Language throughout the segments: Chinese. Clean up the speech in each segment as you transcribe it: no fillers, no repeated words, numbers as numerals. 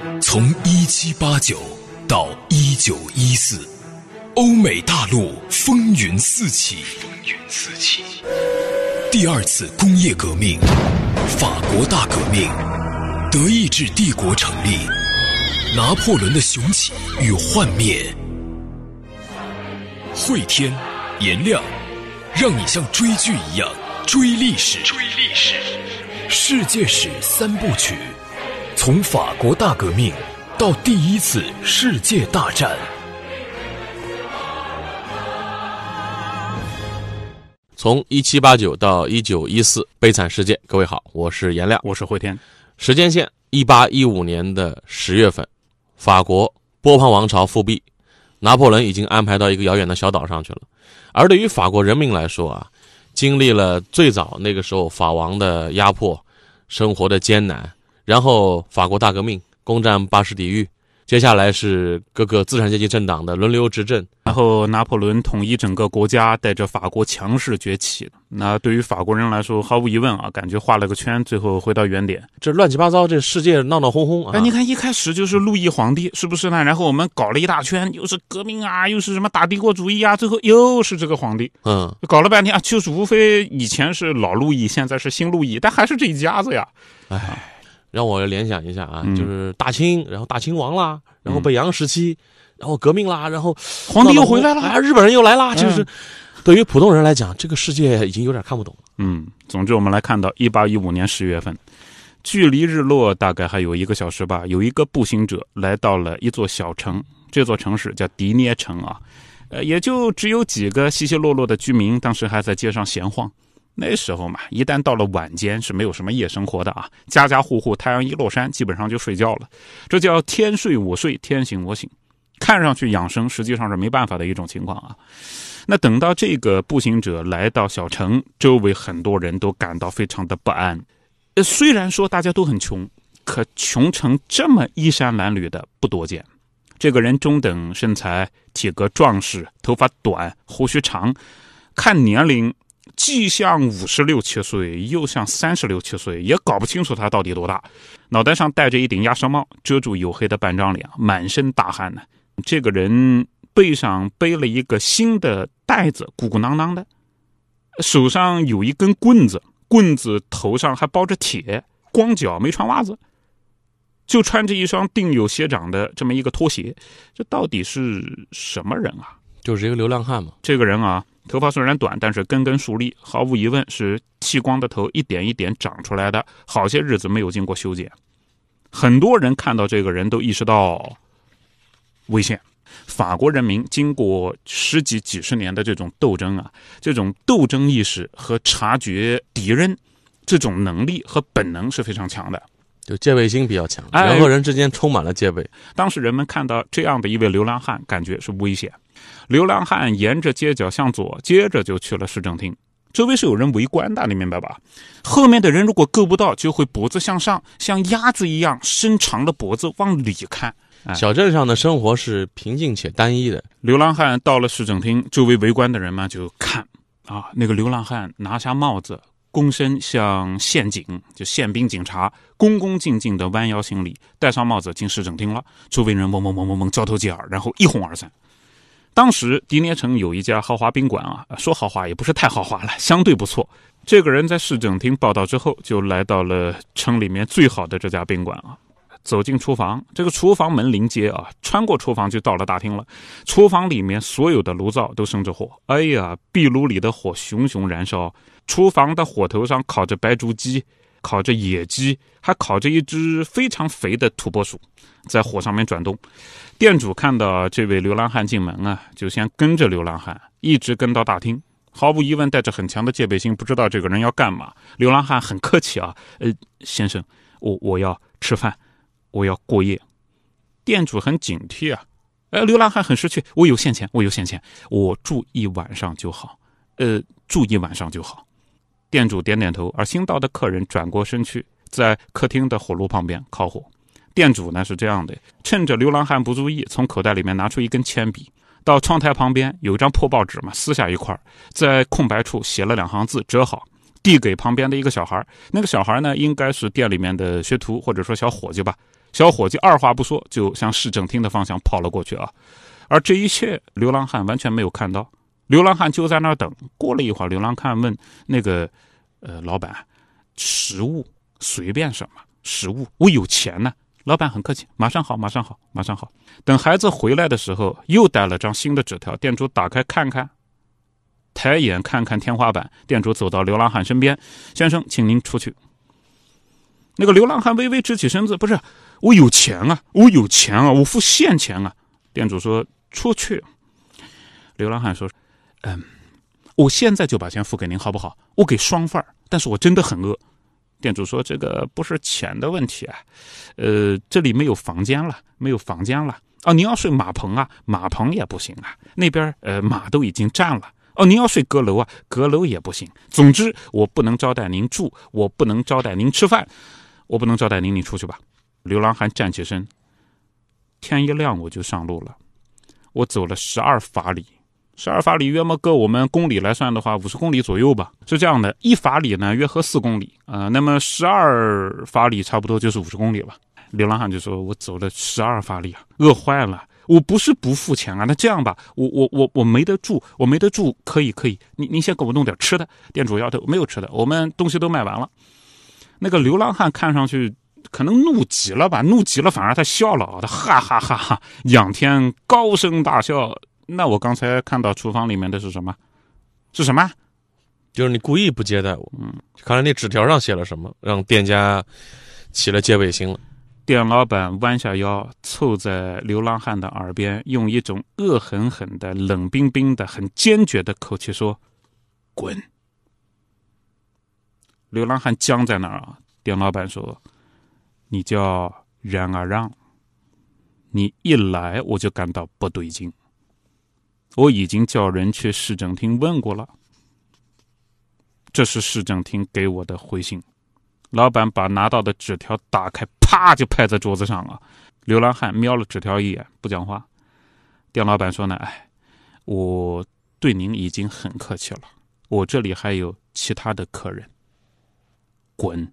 从1789到1914，欧美大陆风云四起。第二次工业革命，法国大革命，德意志帝国成立，拿破仑的雄起与幻灭。汇天、颜亮，让你像追剧一样追历史。世界史3部曲，从法国大革命到第一次世界大战。 从1789到1914，悲惨世界。各位好，我是颜亮， 我是汇天。 时间线1815年的10月份，法国波旁王朝复辟，拿破仑已经安排到一个遥远的小岛上去了。而对于法国人民来说啊，经历了最早那个时候法王的压迫，生活的艰难，然后法国大革命攻占巴士底狱，接下来是各个资产阶级政党的轮流执政， 然后拿破仑统一整个国家，带着法国强势崛起。那对于法国人来说，毫无疑问啊，感觉画了个圈，最后回到原点。 这乱七八糟，这世界闹闹哄哄啊！ 你看一开始就是路易皇帝，是不是呢？然后我们搞了一大圈，又是革命啊，又是什么大帝国主义啊，最后又是这个皇帝。搞了半天啊，就是无非以前是老路易，现在是新路易，但还是这一家子呀。 让我联想一下啊，就是大清，然后大清亡啦，然后北洋时期，然后革命啦，然后皇帝又回来了， 日本人又来啦，就是对于普通人来讲，这个世界已经有点看不懂了。 总之我们来看到1815年10月份，距离日落大概还有1个小时吧，有一个步行者来到了一座小城，这座城市叫迪涅城啊，也就只有几个稀稀落落的居民，当时还在街上闲晃。那时候嘛，一旦到了晚间是没有什么夜生活的啊，家家户户太阳一落山基本上就睡觉了，这叫天睡我睡，天醒我醒，看上去养生，实际上是没办法的一种情况啊。那等到这个步行者来到小城，周围很多人都感到非常的不安。虽然说大家都很穷，可穷成这么衣衫褴褛的不多见。这个人中等身材，体格壮实，头发短，胡须长，看年龄既像56、7岁，又像36、7岁，也搞不清楚他到底多大。脑袋上戴着一顶鸭舌帽，遮住黝黑的半张脸，满身大汗呢。这个人背上背了一个新的袋子，鼓鼓囊囊的，手上有一根棍子，棍子头上还包着铁，光脚没穿袜子，就穿着一双钉有鞋掌的这么一个拖鞋。这到底是什么人啊？ 就是一个流浪汉嘛。这个人啊，头发虽然短，但是根根竖立，毫无疑问是剃光的头一点一点长出来的，好些日子没有经过修剪。很多人看到这个人都意识到危险。法国人民经过十几几十年的这种斗争啊，这种斗争意识和察觉敌人这种能力和本能是非常强的， 就戒备心比较强，人和人之间充满了戒备。 当时人们看到这样的一位流浪汉，感觉是危险。流浪汉沿着街角向左，接着就去了市政厅。周围是有人围观的，你明白吧？后面的人如果够不到，就会脖子向上，像鸭子一样伸长了脖子往里看。 小镇上的生活是平静且单一的。 流浪汉到了市政厅，周围围观的人们就看啊，那个流浪汉拿下帽子，躬身向宪警，就宪兵警察，恭恭敬敬的弯腰行礼，戴上帽子进市政厅了。周围人嗡嗡嗡嗡嗡交头接耳，然后一哄而散。当时迪涅城有一家豪华宾馆啊，说豪华也不是太豪华了，相对不错。这个人在市政厅报道之后，就来到了城里面最好的这家宾馆啊。走进厨房，这个厨房门临街啊，穿过厨房就到了大厅了。厨房里面所有的炉灶都生着火，哎呀，壁炉里的火熊熊燃烧，厨房的火头上烤着白灼鸡，烤着野鸡，还烤着一只非常肥的土拨鼠，在火上面转动。店主看到这位流浪汉进门啊，就先跟着流浪汉一直跟到大厅，毫无疑问带着很强的戒备心，不知道这个人要干嘛。流浪汉很客气啊，先生，我要吃饭，我要过夜。店主很警惕啊，流浪汉很识趣，我有现钱，我住一晚上就好，住一晚上就好。店主点点头，而新到的客人转过身去，在客厅的火炉旁边烤火。店主呢是这样的，趁着流浪汉不注意，从口袋里面拿出一根铅笔，到窗台旁边有一张破报纸嘛，撕下一块，在空白处写了2行字，折好，递给旁边的一个小孩。那个小孩呢，应该是店里面的学徒或者说小伙计吧。 小伙计二话不说就向市政厅的方向跑了过去啊。而这一切流浪汉完全没有看到，流浪汉就在那儿等。过了一会儿，流浪汉问那个老板，食物随便什么食物，我有钱呢。老板很客气，马上好马上好马上好。等孩子回来的时候，又带了张新的纸条，店主打开看看，抬眼看看天花板，店主走到流浪汉身边，先生请您出去。那个流浪汉微微直起身子，不是，我有钱啊，我有钱啊，我付现钱啊。店主说出去。流浪汉说我现在就把钱付给您好不好，我给双份，但是我真的很饿。店主说这个不是钱的问题啊，这里没有房间了，没有房间了。哦，您要睡马棚啊，马棚也不行啊，那边马都已经占了。哦，您要睡阁楼啊，阁楼也不行。总之我不能招待您住，我不能招待您吃饭，我不能招待您，你出去吧。流浪汉站起身，天一亮我就上路了。我走了12法里，12法里约莫搁我们公里来算的话50公里左右吧。是这样的，1法里呢约合4公里那么12法里差不多就是50公里了。流浪汉就说我走了12法里啊，饿坏了。我不是不付钱啊，那这样吧，我没得住，我没得住，可以，您先给我弄点吃的。店主摇头，没有吃的，我们东西都卖完了。那个流浪汉看上去可能怒极了吧，怒极了反而他笑了，他哈哈哈哈，仰天高声大笑。那我刚才看到厨房里面的是什么？是什么？ 就是你故意不接待我。看来那纸条上写了什么，让店家起了戒备心了。 店老板弯下腰，凑在流浪汉的耳边，用一种恶狠狠的、冷冰冰的、很坚决的口气说：“滚！”流浪汉僵在那儿啊。店老板说：“你叫冉阿让，你一来我就感到不对劲。我已经叫人去市政厅问过了，这是市政厅给我的回信。”老板把拿到的纸条打开，啪就拍在桌子上啊！流浪汉瞄了纸条一眼，不讲话。店老板说呢，我对您已经很客气了，我这里还有其他的客人。滚！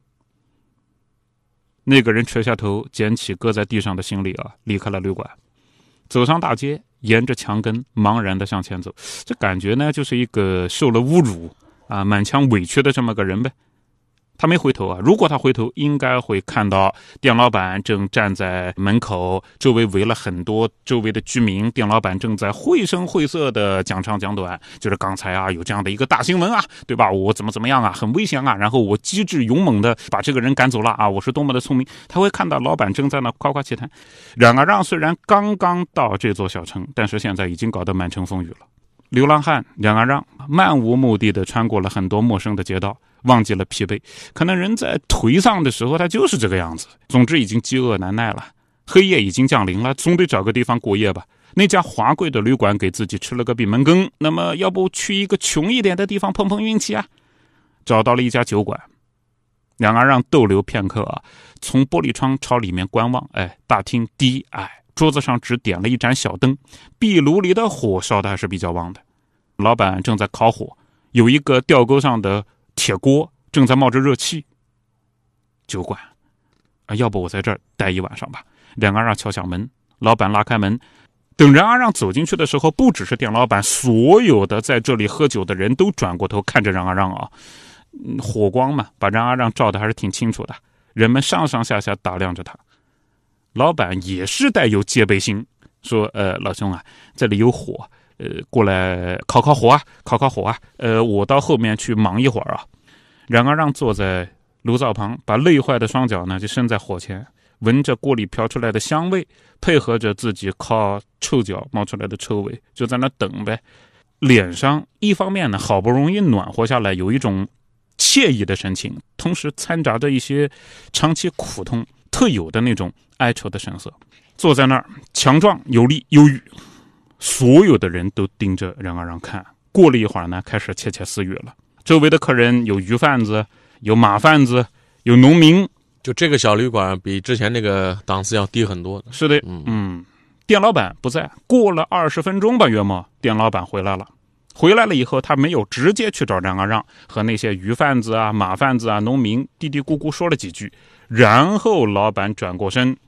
那个人垂下头，捡起搁在地上的行李啊，离开了旅馆，走上大街，沿着墙根茫然地向前走。这感觉呢，就是一个受了侮辱啊，满腔委屈的这么个人呗。他没回头啊，如果他回头，应该会看到店老板正站在门口，周围围了很多周围的居民，店老板正在绘声绘色的讲长讲短，就是刚才啊有这样的一个大新闻啊，对吧？我怎么样啊，很危险啊，然后我机智勇猛的把这个人赶走了啊，我是多么的聪明。他会看到老板正在那夸夸其谈。冉阿让虽然刚刚到这座小城，但是现在已经搞得满城风雨了。流浪汉冉阿让漫无目的的穿过了很多陌生的街道，忘记了疲惫，可能人在颓丧的时候他就是这个样子。总之已经饥饿难耐了，黑夜已经降临了，总得找个地方过夜吧。那家华贵的旅馆给自己吃了个闭门羹，那么要不去一个穷一点的地方碰碰运气啊？找到了一家酒馆，冉阿让逗留片刻啊，从玻璃窗朝里面观望。大厅低矮，桌子上只点了一盏小灯，壁炉里的火烧的还是比较旺的。老板正在烤火，有一个吊钩上的铁锅正在冒着热气。酒馆要不我在这儿待一晚上吧。冉阿让敲响门，老板拉开门。等冉阿让走进去的时候，不只是店老板，所有的在这里喝酒的人都转过头看着冉阿让啊。火光嘛，把冉阿让照的还是挺清楚的，人们上上下下打量着他。老板也是带有戒备心，说老兄啊，这里有火，过来烤火啊，我到后面去忙一会儿啊。冉阿让坐在炉灶旁，把累坏的双脚呢就伸在火前，闻着锅里飘出来的香味，配合着自己靠臭脚冒出来的臭味，就在那等呗。脸上一方面呢好不容易暖和下来，有一种惬意的神情，同时掺杂着一些长期苦痛特有的那种哀愁的神色。坐在那儿强壮有力忧郁，所有的人都盯着冉阿让看。过了一会儿呢，开始窃窃私语了。周围的客人有鱼贩子，有马贩子，有农民。 就这个小旅馆比之前那个档次要低很多。 是的，店老板不在。过了20分钟吧，约莫店老板回来了。回来了以后，他没有直接去找冉阿让，和那些鱼贩子啊、马贩子啊、农民嘀嘀咕咕说了几句，然后老板转过身，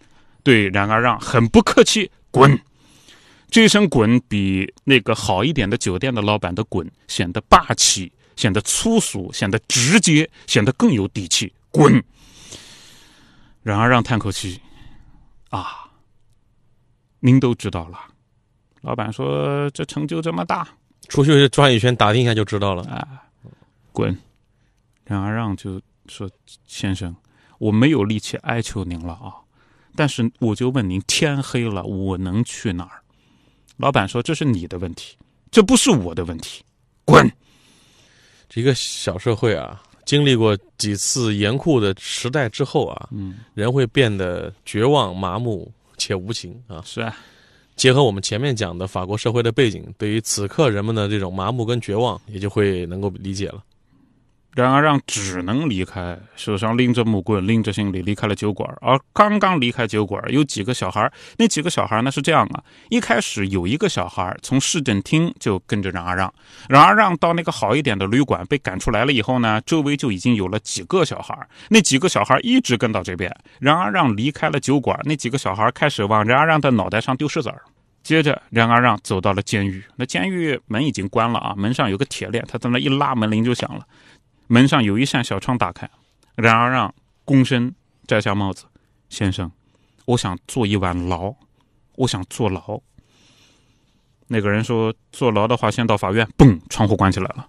对冉阿让很不客气，滚。这声滚比那个好一点的酒店的老板的滚显得霸气，显得粗俗，显得直接，显得更有底气。滚！冉阿让叹口气，啊，您都知道了。老板说这成就这么大， 出去转一圈打听一下就知道了。 滚！冉阿让就说，先生，我没有力气哀求您了啊，但是我就问您，天黑了我能去哪儿？老板说，这是你的问题，这不是我的问题，滚！ 这个小社会啊，经历过几次严酷的时代之后啊，人会变得绝望、麻木且无情啊。 是啊， 结合我们前面讲的法国社会的背景，对于此刻人们的这种麻木跟绝望，也就会能够理解了。 冉阿让只能离开，手上拎着木棍，拎着行李离开了酒馆。而刚刚离开酒馆，有几个小孩，那几个小孩呢是这样啊，一开始有一个小孩从市政厅就跟着冉阿让，冉阿让到那个好一点的旅馆被赶出来了以后呢，周围就已经有了几个小孩，那几个小孩一直跟到这边。冉阿让离开了酒馆，那几个小孩开始往冉阿让的脑袋上丢石子儿。接着冉阿让走到了监狱，那监狱门已经关了啊，门上有个铁链，他在那一拉，门铃就响了。门上有一扇小窗打开，冉阿让躬身摘下帽子，先生，我想坐一晚牢，我想坐牢。那个人说，坐牢的话先到法院。嘣，窗户关起来了。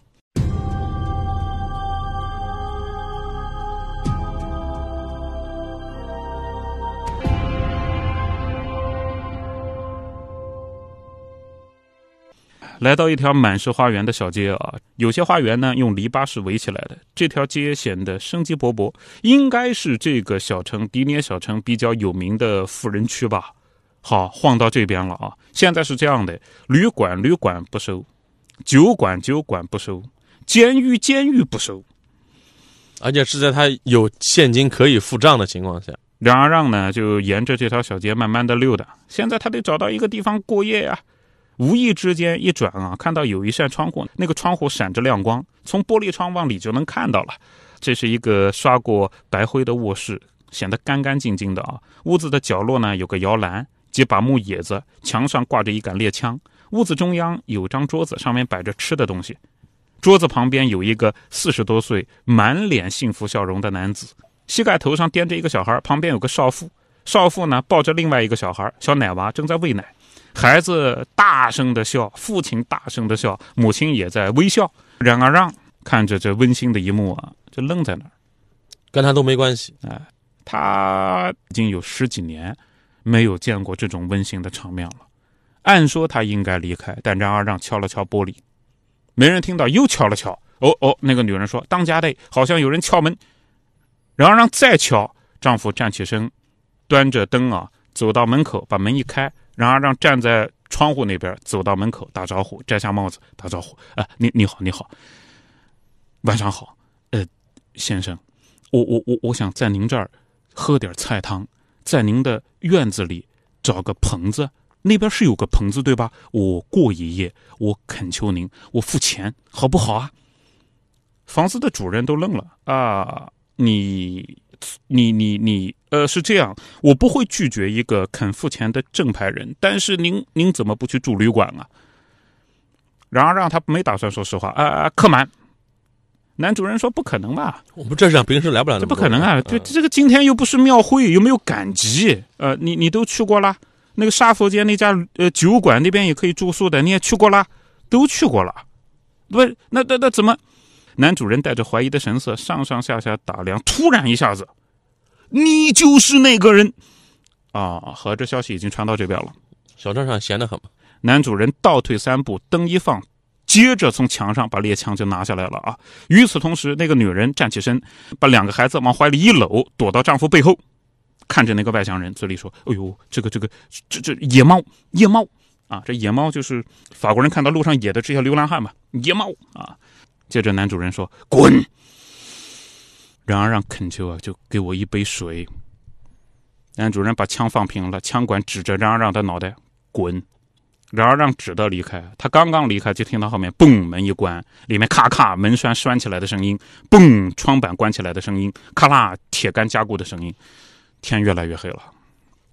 来到一条满是花园的小街啊，有些花园呢用篱笆是围起来的，这条街显得生机勃勃，应该是这个小城迪涅小城比较有名的富人区吧。好，晃到这边了啊，现在是这样的，旅馆不收，酒馆不收，监狱不收， 而且是在他有现金可以付账的情况下。 冉阿让呢就沿着这条小街慢慢的溜达，现在他得找到一个地方过夜啊。无意之间一转啊，看到有一扇窗户，那个窗户闪着亮光，从玻璃窗往里就能看到了。这是一个刷过白灰的卧室，显得干干净净的啊。屋子的角落呢有个摇篮，几把木椅子，墙上挂着一杆猎枪。屋子中央有张桌子，上面摆着吃的东西。桌子旁边有一个40多岁、满脸幸福笑容的男子，膝盖头上掂着一个小孩，旁边有个少妇，少妇呢抱着另外一个小孩，小奶娃正在喂奶。孩子大声的笑，父亲大声的笑，母亲也在微笑。冉阿让看着这温馨的一幕啊，就愣在那儿， 跟他都没关系。 他已经有10几年没有见过这种温馨的场面了。按说他应该离开，但冉阿让敲了敲玻璃，没人听到，又敲了敲。那个女人说，当家的好像有人敲门。冉阿让再敲，丈夫站起身，端着灯啊走到门口，把门一开。冉阿让站在窗户那边，走到门口打招呼，摘下帽子打招呼，你好，晚上好，先生，我想在您这儿喝点菜汤，在您的院子里找个棚子，那边是有个棚子对吧？我过一夜，我恳求您，我付钱好不好啊？房子的主人都愣了啊，你是这样，我不会拒绝一个肯付钱的正牌人，但是您怎么不去住旅馆啊？然而让他没打算说实话客满。男主人说不可能吧， 我们这上平时来不了这不可能啊，这个今天又不是庙会，又没有赶集，你都去过了，那个沙佛街那家酒馆那边也可以住宿的，你也去过了，都去过了，不是那怎么？男主人带着怀疑的神色上上下下打量，突然一下子，你就是那个人啊！和这消息已经传到这边了， 小镇上闲得很嘛。 男主人倒退3步，灯一放，接着从墙上把猎枪就拿下来了啊！与此同时，那个女人站起身，把2个孩子往怀里一搂，躲到丈夫背后，看着那个外乡人，嘴里说：“哎呦，这野猫啊！这野猫就是法国人看到路上野的这些流浪汉嘛，野猫啊！”接着男主人说：“滚！”冉阿让恳求啊，就给我一杯水。男主人把枪放平了，枪管指着冉阿让的脑袋，滚！冉阿让只得离开，他刚刚离开，就听到后面嘣，门一关，里面咔咔门栓拴起来的声音，嘣，窗板关起来的声音，咔啦铁杆加固的声音。天越来越黑了，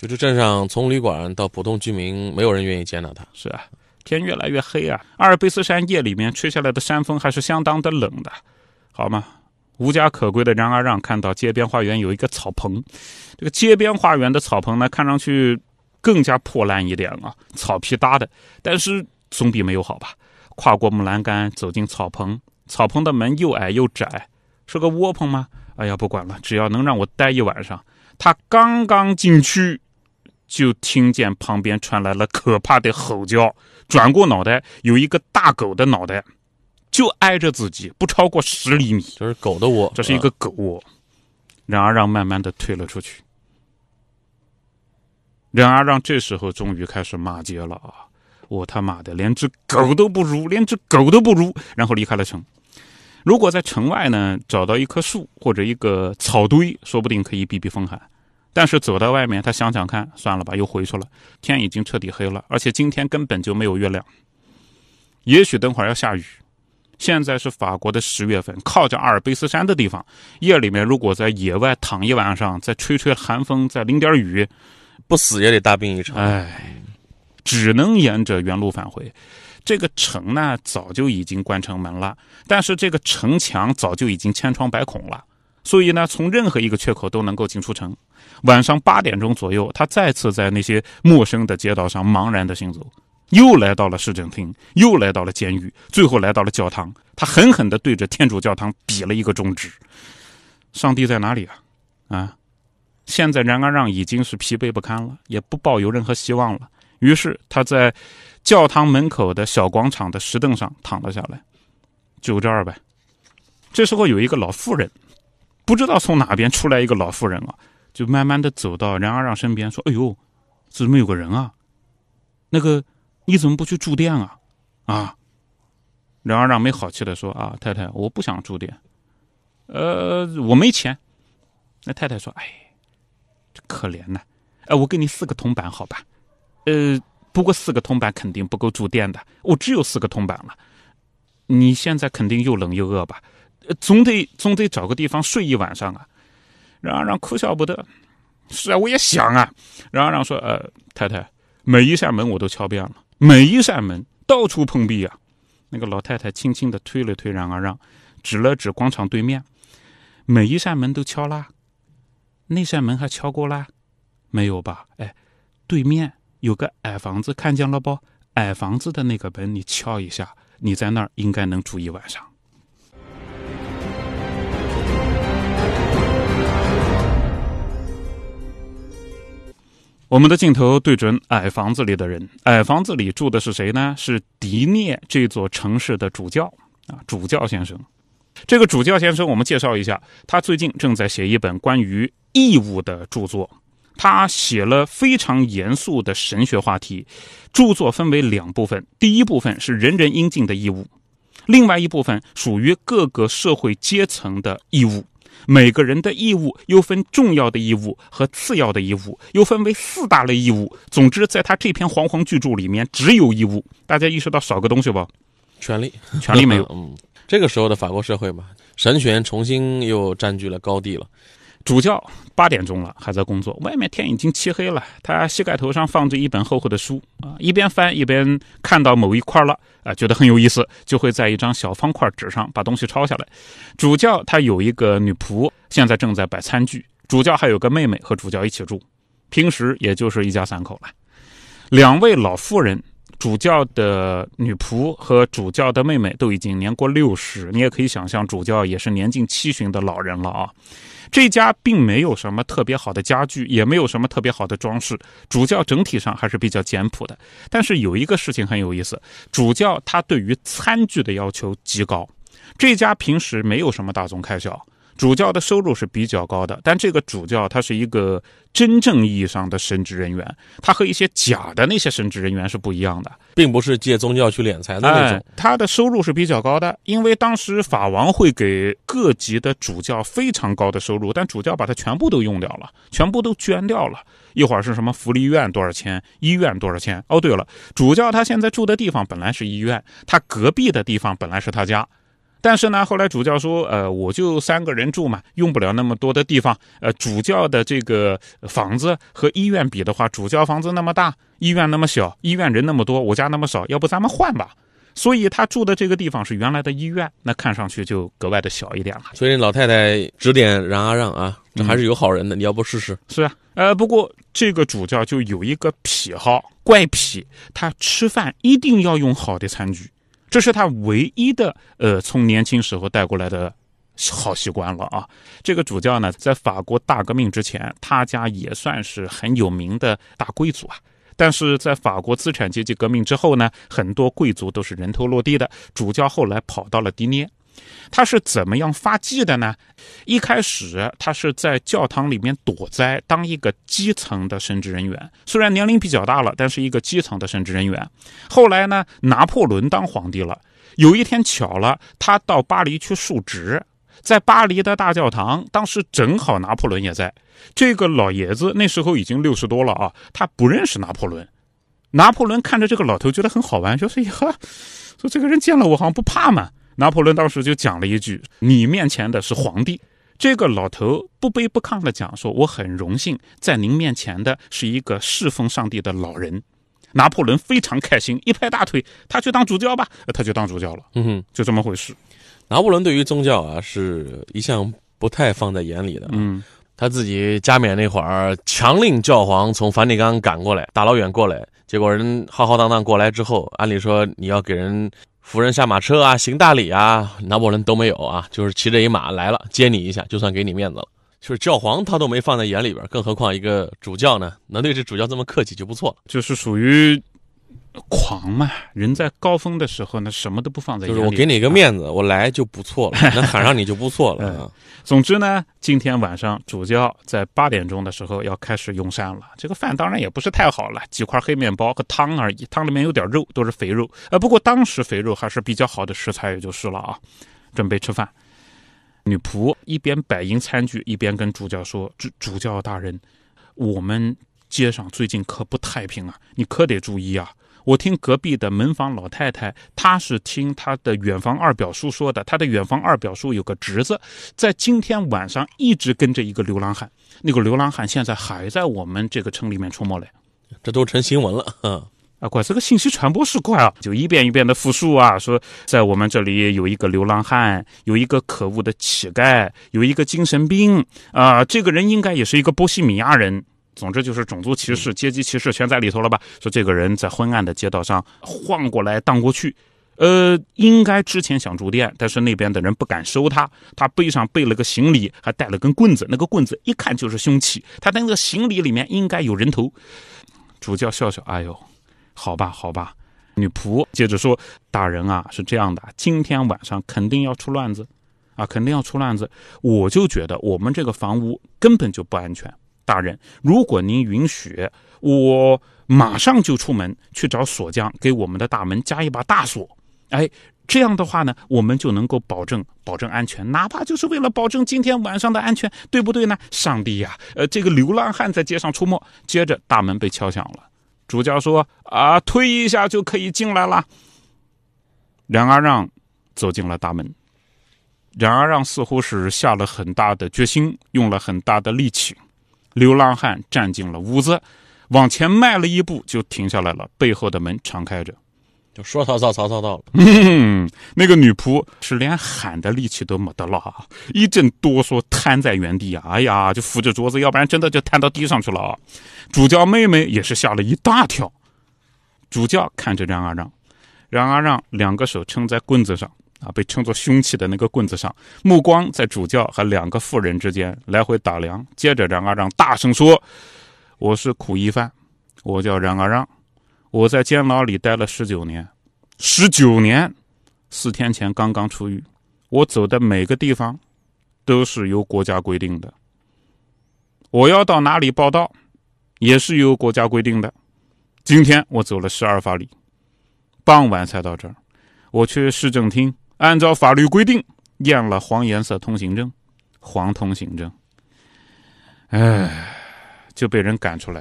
就这镇上从旅馆到普通居民，没有人愿意见到他。 是啊，天越来越黑啊，阿尔卑斯山夜里面吹下来的山风还是相当的冷的，好吗？无家可归的冉阿让看到街边花园有一个草棚，这个街边花园的草棚呢，看上去更加破烂一点啊，草皮搭的，但是总比没有好吧。跨过木栏杆走进草棚，草棚的门又矮又窄，是个窝棚吗？哎呀，不管了，只要能让我待一晚上。他刚刚进去，就听见旁边传来了可怕的吼叫，转过脑袋，有一个大狗的脑袋就挨着自己，不超过10厘米。 这是狗的窝， 这是一个狗窝。冉阿让慢慢的退了出去。冉阿让这时候终于开始骂街了啊！我他妈的连只狗都不如，连只狗都不如！然后离开了城。如果在城外呢，找到一棵树或者一个草堆，说不定可以避避风寒。但是走到外面，他想想看，算了吧，又回去了。天已经彻底黑了，而且今天根本就没有月亮。也许等会儿要下雨。现在是法国的10月份，靠着阿尔卑斯山的地方，夜里面如果在野外躺一晚上，再吹吹寒风，再淋点雨， 不死也得大病一场。 哎，只能沿着原路返回。这个城呢，早就已经关城门了，但是这个城墙早就已经千疮百孔了，所以呢，从任何一个缺口都能够进出城。晚上8点钟左右，他再次在那些陌生的街道上茫然的行走，又来到了市政厅，又来到了监狱，最后来到了教堂。他狠狠地对着天主教堂比了一个中指。上帝在哪里啊？现在冉阿让已经是疲惫不堪了，也不抱有任何希望了。于是他在教堂门口的小广场的石凳上躺了下来，就这儿呗。这时候有一个老妇人，不知道从哪边出来一个老妇人啊，就慢慢的走到冉阿让身边说：“哎呦，怎么有个人啊？那个你怎么不去住店啊？”啊，冉阿让没好气的说：“啊，太太，我不想住店，我没钱。”那太太说：“哎，这可怜呐，我给你4个铜板好吧？不过4个铜板肯定不够住店的，我只有4个铜板了。你现在肯定又冷又饿吧？总得找个地方睡一晚上啊。”冉阿让哭笑不得：“是啊，我也想啊。”冉阿让说：“太太，每一扇门我都敲遍了，每一扇门到处碰壁啊。”那个老太太轻轻地推了推冉阿让，指了指广场对面：“每一扇门都敲啦？那扇门还敲过啦？没有吧？哎，对面有个矮房子，看见了不？矮房子的那个门你敲一下，你在那儿应该能住一晚上。”我们的镜头对准矮房子里的人，矮房子里住的是谁呢？是迪涅这座城市的主教啊，主教先生。这个主教先生我们介绍一下，他最近正在写一本关于义务的著作，他写了非常严肃的神学话题，著作分为2部分，第一部分是人人应尽的义务，另外一部分属于各个社会阶层的义务。每个人的义务又分重要的义务和次要的义务，又分为4大类义务。总之在他这篇煌煌巨著里面只有义务。大家意识到少个东西吧？ 权利没有。 这个时候的法国社会嘛，神权重新又占据了高地了。 主教8点钟了还在工作，外面天已经漆黑了，他膝盖头上放着一本厚厚的书啊，一边翻一边看到某一块了啊，觉得很有意思，就会在一张小方块纸上把东西抄下来。主教他有一个女仆，现在正在摆餐具。主教还有个妹妹和主教一起住，平时也就是一家3口了。2位老妇人，主教的女仆和主教的妹妹都已经年过60，你也可以想象主教也是年近70的老人了啊。这家并没有什么特别好的家具，也没有什么特别好的装饰，主教整体上还是比较简朴的。但是有一个事情很有意思，主教他对于餐具的要求极高。这家平时没有什么大宗开销，主教的收入是比较高的，但这个主教他是一个真正意义上的神职人员，他和一些假的那些神职人员是不一样的， 并不是借宗教去敛财的那种。 他的收入是比较高的，因为当时法王会给各级的主教非常高的收入，但主教把它全部都用掉了，全部都捐掉了。一会儿是什么福利院多少钱，医院多少钱。对了，主教他现在住的地方本来是医院，他隔壁的地方本来是他家。 但是呢，后来主教说，我就3个人住嘛，用不了那么多的地方。主教的这个房子和医院比的话，主教房子那么大，医院那么小，医院人那么多，我家那么少，要不咱们换吧？所以他住的这个地方是原来的医院，那看上去就格外的小一点了。 所以老太太指点让啊让啊，这还是有好人的，你要不试试？ 是啊，不过这个主教就有一个癖好，怪癖，他吃饭一定要用好的餐具。这是他唯一的从年轻时候带过来的好习惯了啊。这个主教呢，在法国大革命之前，他家也算是很有名的大贵族啊。但是在法国资产阶级革命之后呢，很多贵族都是人头落地的。主教后来跑到了迪涅，他是怎么样发迹的呢？一开始他是在教堂里面躲灾，当一个基层的神职人员，虽然年龄比较大了，但是一个基层的神职人员。后来呢，拿破仑当皇帝了，有一天巧了，他到巴黎去述职，在巴黎的大教堂，当时正好拿破仑也在。这个老爷子那时候已经60多了啊，他不认识拿破仑。拿破仑看着这个老头觉得很好玩，说说这个人见了我好像不怕嘛。拿破仑当时就讲了一句，你面前的是皇帝。这个老头不卑不亢地讲说，我很荣幸在您面前的是一个侍奉上帝的老人。拿破仑非常开心，一拍大腿，他去当主教吧，他就当主教了。就这么回事。 拿破仑对于宗教啊，是一向不太放在眼里的。他自己加冕那会儿，强令教皇从梵蒂冈赶过来，大老远过来，结果人浩浩荡荡过来之后，按理说你要给人扶人下马车啊，行大礼啊，拿破仑都没有啊，就是骑着一马来了，接你一下，就算给你面子了。就是教皇他都没放在眼里边，更何况一个主教呢？能对这主教这么客气就不错了。 就是属于狂嘛，人在高峰的时候呢，什么都不放在眼里。 就是我给你个面子，我来就不错了，能喊上你就不错了。 总之呢，今天晚上主教在8点钟的时候要开始用膳了。这个饭当然也不是太好了，几块黑面包和汤而已，汤里面有点肉，都是肥肉。不过当时肥肉还是比较好的食材，也就是了啊。准备吃饭，女仆一边摆赢餐具，一边跟主教说：“主教大人，我们街上最近可不太平啊，你可得注意啊。我听隔壁的门房老太太，她是听她的远房二表叔说的，她的远房二表叔有个侄子，在今天晚上一直跟着一个流浪汉，那个流浪汉现在还在我们这个城里面出没嘞。” 这都成新闻了。 怪这个信息传播是怪啊，就一遍一遍的复述啊，说在我们这里有一个流浪汉，有一个可恶的乞丐，有一个精神病啊，这个人应该也是一个波西米亚人。总之就是种族歧视、阶级歧视全在里头了吧？说这个人在昏暗的街道上晃过来荡过去，应该之前想住店，但是那边的人不敢收他，他背上背了个行李，还带了根棍子，那个棍子一看就是凶器，他的那个行李里面应该有人头。主教笑笑，哎呦，好吧。女仆接着说：“大人啊，是这样的，今天晚上肯定要出乱子啊，肯定要出乱子。我就觉得我们这个房屋根本就不安全。大人，如果您允许，我马上就出门去找锁匠，给我们的大门加一把大锁。这样的话呢，我们就能够保证安全，哪怕就是为了保证今天晚上的安全，对不对呢？上帝呀，这个流浪汉在街上出没。”接着大门被敲响了，主教说：“推一下就可以进来了。”冉阿让走进了大门。冉阿让似乎是下了很大的决心，用了很大的力气。流浪汉站进了屋子，往前迈了一步就停下来了，背后的门敞开着。 就说曹操到了。 那个女仆是连喊的力气都没得了啊，一阵哆嗦，瘫在原地啊！哎呀，就扶着桌子，要不然真的就瘫到地上去了啊！主教妹妹也是吓了一大跳。主教看着冉阿让两个手撑在棍子上啊，被称作凶器的那个棍子上，目光在主教和2个妇人之间来回打量。接着冉阿让大声说：“我是苦役犯，我叫冉阿让，我在监牢里待了19年，19年，4天前刚刚出狱。我走的每个地方都是由国家规定的，我要到哪里报到也是由国家规定的。今天我走了12法里，傍晚才到这儿。我去市政厅按照法律规定验了黄颜色通行证，黄通行证，就被人赶出来了。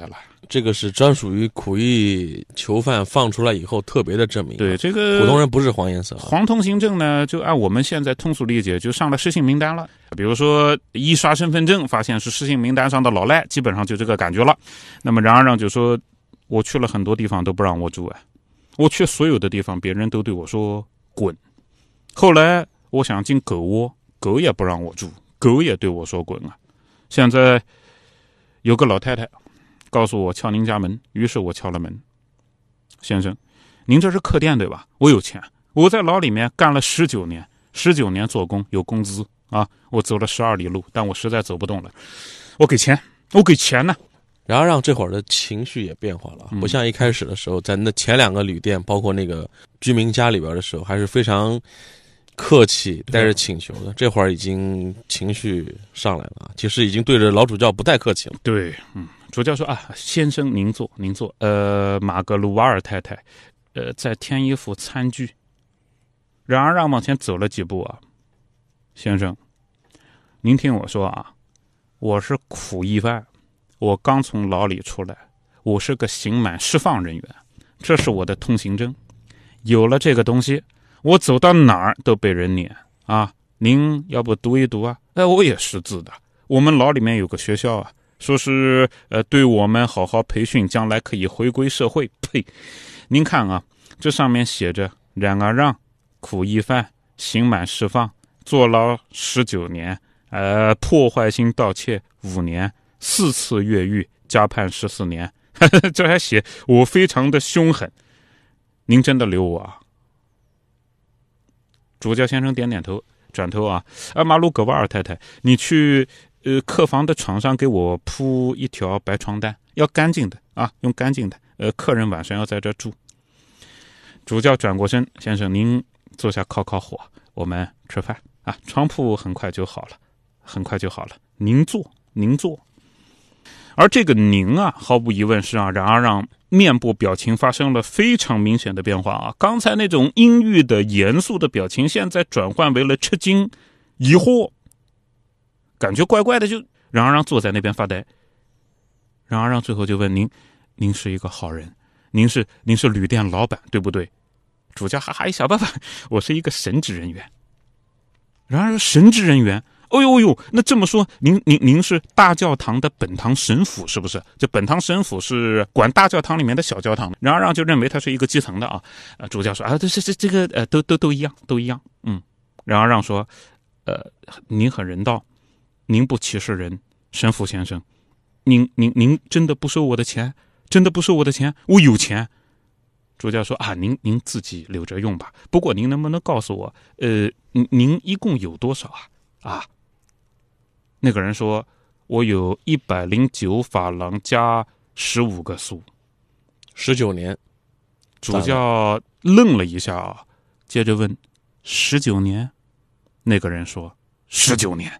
这个是专属于苦役囚犯放出来以后特别的证明。 对，这个普通人不是黄颜色。 黄通行证呢，就按我们现在通俗理解，就上了失信名单了。比如说一刷身份证，发现是失信名单上的老赖，基本上就这个感觉了。那么冉阿让就说，我去了很多地方都不让我住啊，我去所有的地方别人都对我说滚。后来我想进狗窝，狗也不让我住，狗也对我说滚啊。现在有个老太太告诉我敲您家门，于是我敲了门。先生，您这是客店对吧？我有钱，我在牢里面干了19年，19年做工有工资啊，我走了12里路，但我实在走不动了，我给钱呢。 然后让这会儿的情绪也变化了，不像一开始的时候，在那前2个旅店，包括那个居民家里边的时候，还是非常客气带着请求的。这会儿已经情绪上来了，其实已经对着老主教不太客气了。 对，主教说啊，先生您坐，马格鲁瓦尔太太，再添一副餐具。然而让往前走了几步啊，先生，您听我说啊，我是苦役犯，我刚从牢里出来，我是个刑满释放人员，这是我的通行证，有了这个东西，我走到哪儿都被人撵啊！您要不读一读啊？我也识字的，我们牢里面有个学校啊，说是对我们好好培训，将来可以回归社会。呸！您看啊，这上面写着冉阿让，苦役犯，刑满释放，坐牢19年，破坏性盗窃5年，4次越狱，加判14年。这还写我非常的凶狠，您真的留我啊？主教先生点点头，转头啊，马鲁格瓦尔太太，你去客房的床上给我铺一条白床单，要干净的啊，用干净的。客人晚上要在这住。主教转过身，先生您坐下烤火，我们吃饭啊，床铺很快就好了，您坐。而这个您啊，毫无疑问是冉阿让面部表情发生了非常明显的变化啊！刚才那种阴郁的严肃的表情，现在转换为了吃惊、疑惑，感觉怪怪的，就冉阿让坐在那边发呆。冉阿让最后就问您是一个好人，您是旅店老板对不对？主教哈哈一笑，爸爸，我是一个神职人员。然而神职人员，哦呦，那这么说，您是大教堂的本堂神父是不是？这本堂神父是管大教堂里面的小教堂，然后就认为他是一个基层的啊。主教说啊，这个都一样。然后让说，您很人道，您不歧视人，神父先生，您真的不收我的钱？我有钱。主教说啊，您自己留着用吧。不过您能不能告诉我，您一共有多少啊？那个人说，我有109法郎加15个苏，19年。主教愣了一下啊，接着问：19年？那个人说：19年。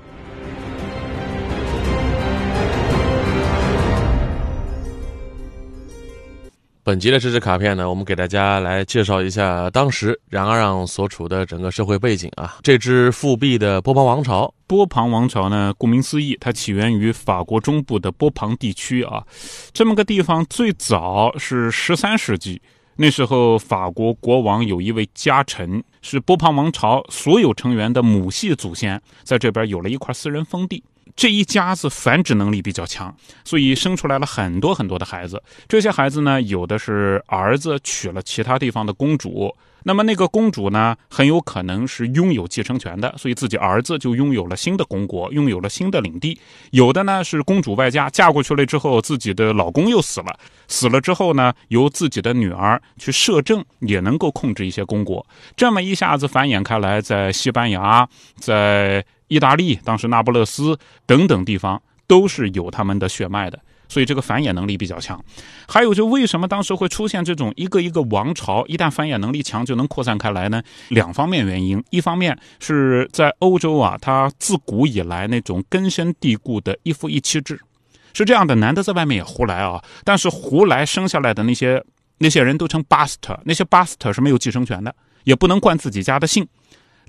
本集的知识卡片呢，我们给大家来介绍一下当时冉阿让所处的整个社会背景啊。这支复辟的波旁王朝， 波旁王朝呢，顾名思义，它起源于法国中部的波旁地区啊。这么个地方最早是13世纪，那时候法国国王有一位家臣，是波旁王朝所有成员的母系祖先，在这边有了一块私人封地。这一家子繁殖能力比较强，所以生出来了很多的孩子。这些孩子呢，有的是儿子娶了其他地方的公主，那么那个公主呢，很有可能是拥有继承权的，所以自己儿子就拥有了新的公国，拥有了新的领地。有的呢是公主外嫁，嫁过去了之后，自己的老公又死了之后呢，由自己的女儿去摄政，也能够控制一些公国。这么一下子繁衍开来，在西班牙，在意大利，当时那不勒斯等等地方都是有他们的血脉的，所以这个繁衍能力比较强。还有就为什么当时会出现这种一个王朝一旦繁衍能力强就能扩散开来呢？2方面原因。一方面是在欧洲啊，它自古以来那种根深蒂固的一夫一妻制是这样的，男的在外面也胡来啊，但是胡来生下来的那些人都称 bastard， 那些 bastard 是没有继承权的，也不能冠自己家的姓。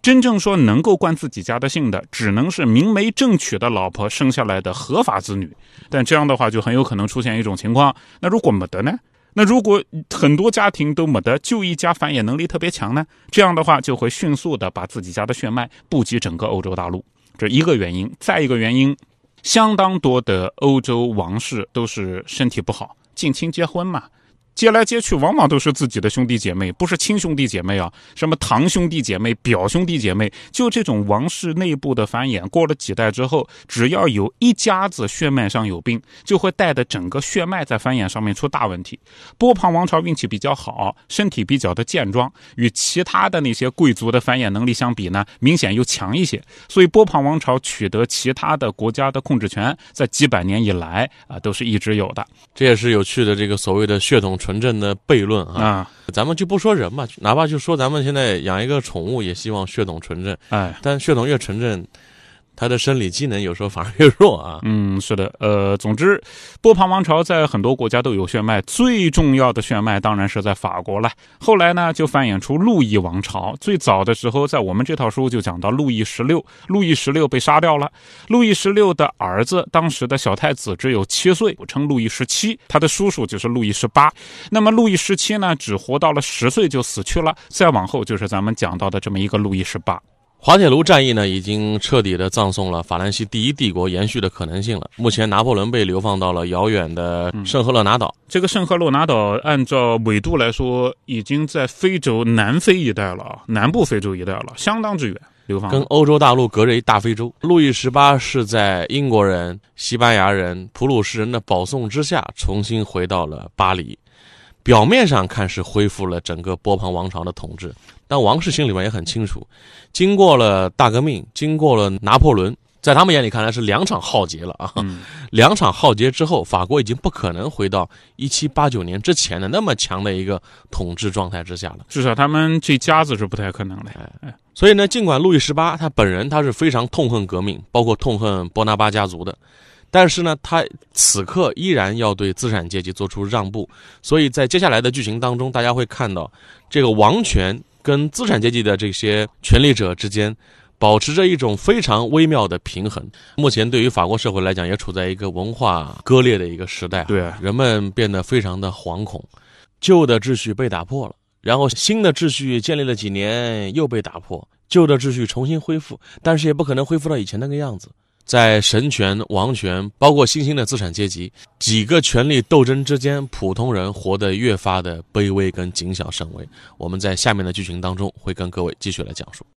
真正说能够冠自己家的姓的，只能是明媒正娶的老婆生下来的合法子女。但这样的话就很有可能出现一种情况，那如果没得呢？那如果很多家庭都没得，就一家繁衍能力特别强呢？这样的话就会迅速的把自己家的血脉布及整个欧洲大陆，这一个原因。再一个原因，相当多的欧洲王室都是身体不好，近亲结婚嘛，接来接去往往都是自己的兄弟姐妹，不是亲兄弟姐妹啊，什么堂兄弟姐妹、表兄弟姐妹，就这种王室内部的繁衍，过了几代之后，只要有一家子血脉上有病，就会带的整个血脉在繁衍上面出大问题。波旁王朝运气比较好，身体比较的健壮，与其他的那些贵族的繁衍能力相比呢，明显又强一些，所以波旁王朝取得其他的国家的控制权，在几百年以来都是一直有的。 这也是有趣的这个所谓的血统纯正的悖论啊。咱们就不说人嘛，哪怕就说咱们现在养一个宠物，也希望血统纯正。但血统越纯正，它的生理机能有时候反而越弱啊。 是的。总之，波旁王朝在很多国家都有血脉，最重要的血脉当然是在法国了。后来呢，就繁衍出路易王朝。最早的时候，在我们这套书就讲到路易16，路易16被杀掉了。路易16的儿子，当时的小太子只有7岁，称路易17，他的叔叔就是路易18。那么路易17呢，只活到了10岁就死去了。再往后就是咱们讲到的这么一个路易18。 滑铁卢战役呢，已经彻底的葬送了法兰西第一帝国延续的可能性了。目前拿破仑被流放到了遥远的圣赫勒拿岛。 这个圣赫勒拿岛按照纬度来说，已经在非洲南非一带了，南部非洲一带了，相当之远。流放跟欧洲大陆隔着一大非洲。路易18是在英国人、西班牙人、普鲁士人的保送之下，重新回到了巴黎。表面上看是恢复了整个波旁王朝的统治，但王室心里面也很清楚，经过了大革命，经过了拿破仑，在他们眼里看来是2场浩劫了啊。2场浩劫之后，法国已经不可能回到1789年之前的那么强的一个统治状态之下了， 至少他们这家子是不太可能的。 所以呢，尽管路易18他本人他是非常痛恨革命，包括痛恨波拿巴家族的，但是呢，他此刻依然要对资产阶级做出让步。所以在接下来的剧情当中，大家会看到这个王权跟资产阶级的这些权力者之间保持着一种非常微妙的平衡。目前对于法国社会来讲，也处在一个文化割裂的一个时代。 对， 人们变得非常的惶恐，旧的秩序被打破了，然后新的秩序建立了几年又被打破，旧的秩序重新恢复，但是也不可能恢复到以前那个样子。在神权、王权，包括新兴的资产阶级几个权力斗争之间，普通人活得越发的卑微跟谨小慎微。我们在下面的剧情当中会跟各位继续来讲述。